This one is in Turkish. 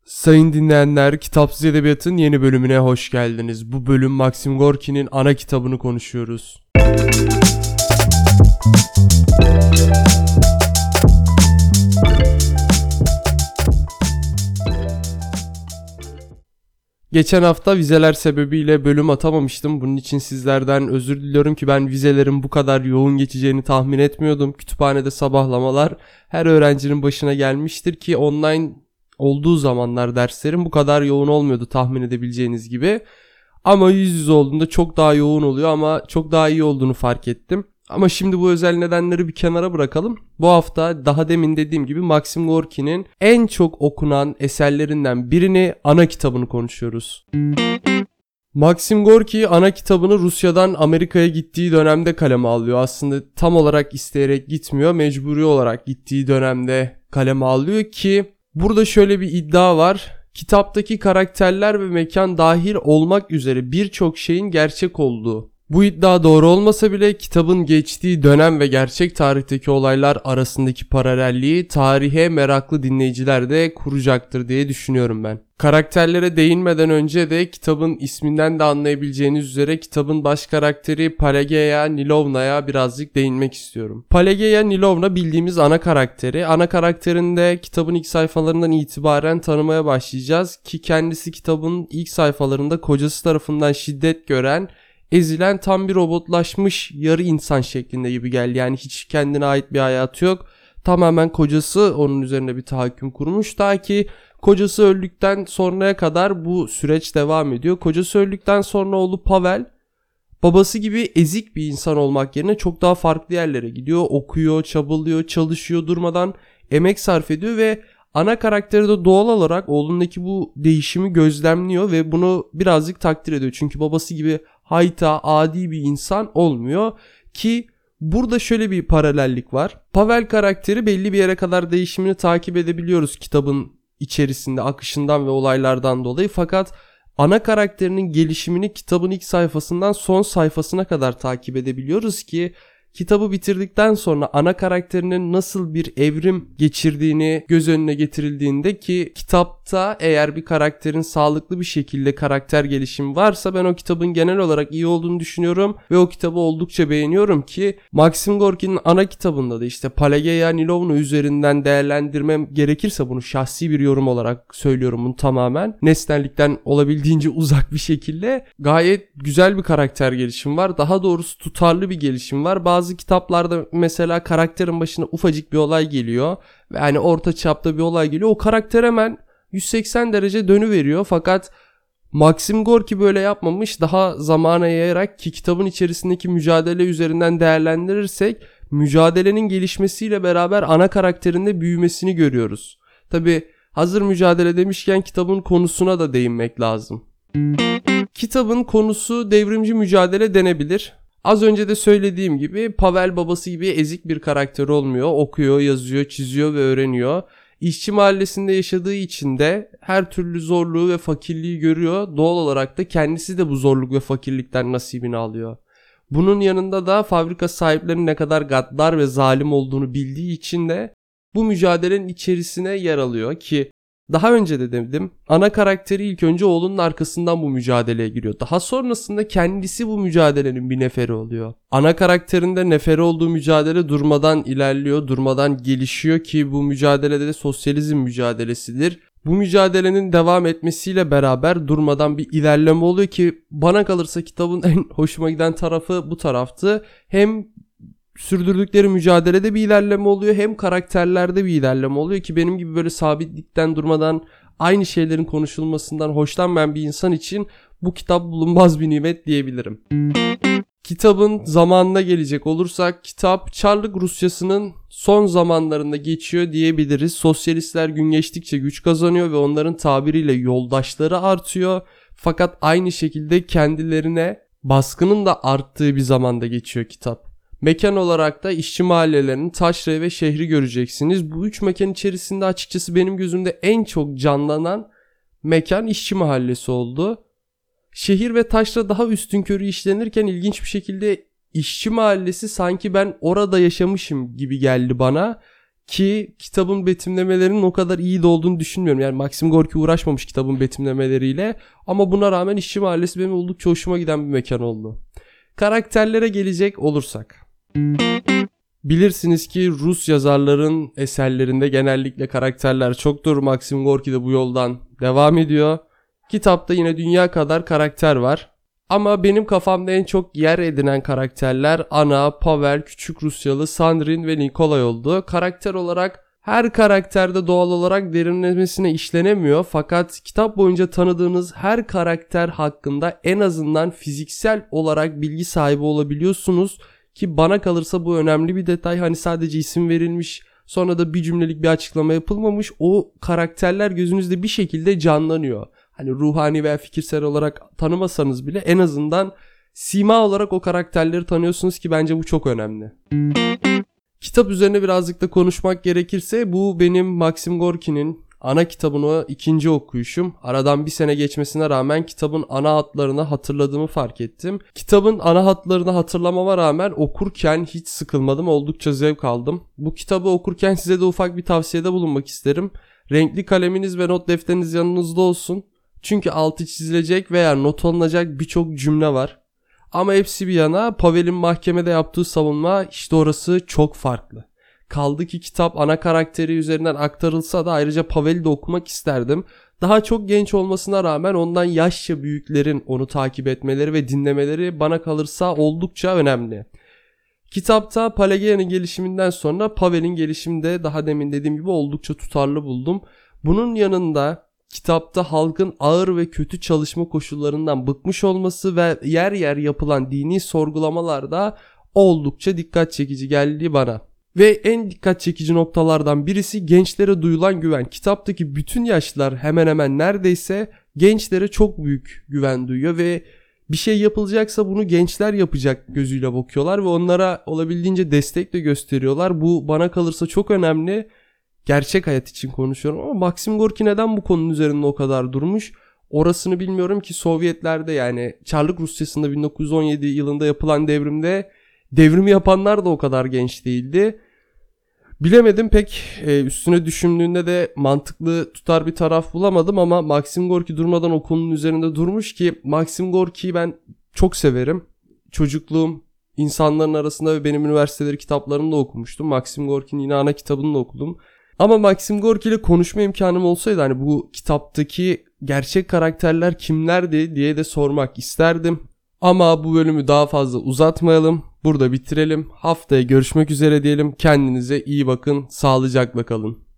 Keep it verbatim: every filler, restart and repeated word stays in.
Sayın dinleyenler, Kitapsız Edebiyat'ın yeni bölümüne hoş geldiniz. Bu bölüm Maxim Gorki'nin ana kitabını konuşuyoruz. Geçen hafta vizeler sebebiyle bölüm atamamıştım. Bunun için sizlerden özür diliyorum ki ben vizelerin bu kadar yoğun geçeceğini tahmin etmiyordum. Kütüphanede sabahlamalar her öğrencinin başına gelmiştir ki online olduğu zamanlar derslerim bu kadar yoğun olmuyordu tahmin edebileceğiniz gibi. Ama yüz yüze olduğunda çok daha yoğun oluyor ama çok daha iyi olduğunu fark ettim. Ama şimdi bu özel nedenleri bir kenara bırakalım. Bu hafta daha demin dediğim gibi Maxim Gorki'nin en çok okunan eserlerinden birini, ana kitabını konuşuyoruz. Maxim Gorki ana kitabını Rusya'dan Amerika'ya gittiği dönemde kaleme alıyor. Aslında tam olarak isteyerek gitmiyor, mecburi olarak gittiği dönemde kaleme alıyor ki burada şöyle bir iddia var. Kitaptaki karakterler ve mekan dahil olmak üzere birçok şeyin gerçek olduğu. Bu iddia doğru olmasa bile kitabın geçtiği dönem ve gerçek tarihteki olaylar arasındaki paralelliği tarihe meraklı dinleyiciler de kuracaktır diye düşünüyorum ben. Karakterlere değinmeden önce de kitabın isminden de anlayabileceğiniz üzere kitabın baş karakteri Pelageya Nilovna'ya birazcık değinmek istiyorum. Pelageya Nilovna bildiğimiz ana karakteri. Ana karakterini de kitabın ilk sayfalarından itibaren tanımaya başlayacağız ki kendisi kitabın ilk sayfalarında kocası tarafından şiddet gören, ezilen tam bir robotlaşmış yarı insan şeklinde gibi geldi. Yani hiç kendine ait bir hayatı yok. Tamamen kocası onun üzerine bir tahakküm kurmuş. Ta ki kocası öldükten sonraya kadar bu süreç devam ediyor. Kocası öldükten sonra oğlu Pavel babası gibi ezik bir insan olmak yerine çok daha farklı yerlere gidiyor. Okuyor, çabalıyor, çalışıyor, durmadan emek sarf ediyor ve ana karakteri de doğal olarak oğlundaki bu değişimi gözlemliyor ve bunu birazcık takdir ediyor. Çünkü babası gibi hayta, adi bir insan olmuyor ki burada şöyle bir paralellik var. Pavel karakteri belli bir yere kadar değişimini takip edebiliyoruz kitabın içerisinde, akışından ve olaylardan dolayı. Fakat ana karakterinin gelişimini kitabın ilk sayfasından son sayfasına kadar takip edebiliyoruz ki kitabı bitirdikten sonra ana karakterinin nasıl bir evrim geçirdiğini göz önüne getirildiğinde ki kitapta eğer bir karakterin sağlıklı bir şekilde karakter gelişimi varsa ben o kitabın genel olarak iyi olduğunu düşünüyorum ve o kitabı oldukça beğeniyorum ki Maxim Gorki'nin ana kitabında da işte Pelageya Nilovna üzerinden değerlendirmem gerekirse bunu şahsi bir yorum olarak söylüyorum bunu tamamen nesnellikten olabildiğince uzak bir şekilde gayet güzel bir karakter gelişimi var. Daha doğrusu tutarlı bir gelişim var. Bazı Bazı kitaplarda mesela karakterin başına ufacık bir olay geliyor ve yani orta çapta bir olay geliyor. O karakter hemen yüz seksen derece dönüveriyor fakat Maxim Gorki böyle yapmamış. Daha zamana yayarak ki kitabın içerisindeki mücadele üzerinden değerlendirirsek mücadelenin gelişmesiyle beraber ana karakterinde büyümesini görüyoruz. Tabi hazır mücadele demişken kitabın konusuna da değinmek lazım. Kitabın konusu devrimci mücadele denebilir. Az önce de söylediğim gibi Pavel babası gibi ezik bir karakter olmuyor. Okuyor, yazıyor, çiziyor ve öğreniyor. İşçi mahallesinde yaşadığı için de her türlü zorluğu ve fakirliği görüyor. Doğal olarak da kendisi de bu zorluk ve fakirlikten nasibini alıyor. Bunun yanında da fabrika sahiplerinin ne kadar gaddar ve zalim olduğunu bildiği için de bu mücadelenin içerisine yer alıyor ki daha önce de dedim, ana karakteri ilk önce oğlunun arkasından bu mücadeleye giriyor. Daha sonrasında kendisi bu mücadelenin bir neferi oluyor. Ana karakterinde neferi olduğu mücadele durmadan ilerliyor, durmadan gelişiyor ki bu mücadelede de sosyalizm mücadelesidir. Bu mücadelenin devam etmesiyle beraber durmadan bir ilerleme oluyor ki bana kalırsa kitabın en hoşuma giden tarafı bu taraftı. Hem sürdürdükleri mücadelede bir ilerleme oluyor hem karakterlerde bir ilerleme oluyor ki benim gibi böyle sabitlikten durmadan aynı şeylerin konuşulmasından hoşlanmayan bir insan için bu kitap bulunmaz bir nimet diyebilirim. Kitabın zamanına gelecek olursak kitap Çarlık Rusyası'nın son zamanlarında geçiyor diyebiliriz. Sosyalistler gün geçtikçe güç kazanıyor ve onların tabiriyle yoldaşları artıyor. Fakat aynı şekilde kendilerine baskının da arttığı bir zamanda geçiyor kitap. Mekan olarak da işçi mahallelerinin taşra ve şehri göreceksiniz. Bu üç mekan içerisinde açıkçası benim gözümde en çok canlanan mekan işçi mahallesi oldu. Şehir ve taşra daha üstünkörü işlenirken ilginç bir şekilde işçi mahallesi sanki ben orada yaşamışım gibi geldi bana. Ki kitabın betimlemelerinin o kadar iyi de olduğunu düşünmüyorum. Yani Maxim Gorki uğraşmamış kitabın betimlemeleriyle. Ama buna rağmen İşçi Mahallesi benim oldukça hoşuma giden bir mekan oldu. Karakterlere gelecek olursak. Bilirsiniz ki Rus yazarların eserlerinde genellikle karakterler çoktur. Maxim Gorki de bu yoldan devam ediyor. Kitapta yine dünya kadar karakter var. Ama benim kafamda en çok yer edinen karakterler Anna, Pavel, Küçük Rusyalı, Sandrine ve Nikolay oldu. Karakter olarak her karakterde doğal olarak derinlemesine işlenemiyor. Fakat kitap boyunca tanıdığınız her karakter hakkında en azından fiziksel olarak bilgi sahibi olabiliyorsunuz. Ki bana kalırsa bu önemli bir detay. Hani sadece isim verilmiş, sonra da bir cümlelik bir açıklama yapılmamış. O karakterler gözünüzde bir şekilde canlanıyor. Hani ruhani veya fikirsel olarak tanımasanız bile en azından sima olarak o karakterleri tanıyorsunuz ki bence bu çok önemli. Kitap üzerine birazcık da konuşmak gerekirse bu benim Maxim Gorki'nin ana kitabını ikinci okuyuşum. Aradan bir sene geçmesine rağmen kitabın ana hatlarını hatırladığımı fark ettim. Kitabın ana hatlarını hatırlamama rağmen okurken hiç sıkılmadım, oldukça zevk aldım. Bu kitabı okurken size de ufak bir tavsiyede bulunmak isterim. Renkli kaleminiz ve not defteriniz yanınızda olsun. Çünkü altı çizilecek veya not alınacak birçok cümle var. Ama hepsi bir yana Pavel'in mahkemede yaptığı savunma işte orası çok farklı. Kaldı ki kitap ana karakteri üzerinden aktarılsa da ayrıca Pavel'i de okumak isterdim. Daha çok genç olmasına rağmen ondan yaşça büyüklerin onu takip etmeleri ve dinlemeleri bana kalırsa oldukça önemli. Kitapta Pelagia'nın gelişiminden sonra Pavel'in gelişiminde daha demin dediğim gibi oldukça tutarlı buldum. Bunun yanında kitapta halkın ağır ve kötü çalışma koşullarından bıkmış olması ve yer yer yapılan dini sorgulamalar da oldukça dikkat çekici geldi bana. Ve en dikkat çekici noktalardan birisi gençlere duyulan güven. Kitaptaki bütün yaşlılar hemen hemen neredeyse gençlere çok büyük güven duyuyor ve bir şey yapılacaksa bunu gençler yapacak gözüyle bakıyorlar ve onlara olabildiğince destek de gösteriyorlar. Bu bana kalırsa çok önemli. Gerçek hayat için konuşuyorum ama Maxim Gorki neden bu konunun üzerinde o kadar durmuş? Orasını bilmiyorum ki Sovyetlerde yani Çarlık Rusyası'nda bin dokuz yüz on yedi yılında yapılan devrimde devrimi yapanlar da o kadar genç değildi. Bilemedim pek üstüne düşündüğünde de mantıklı tutar bir taraf bulamadım ama Maxim Gorki durmadan o konunun üzerinde durmuş ki Maxim Gorki'yi ben çok severim. Çocukluğum insanların arasında ve benim üniversiteleri kitaplarını da okumuştum. Maxim Gorki'nin yine ana kitabını da okudum. Ama Maxim Gorki ile konuşma imkanım olsaydı hani bu kitaptaki gerçek karakterler kimlerdi diye de sormak isterdim. Ama bu bölümü daha fazla uzatmayalım. Burada bitirelim. Haftaya görüşmek üzere diyelim. Kendinize iyi bakın. Sağlıcakla kalın.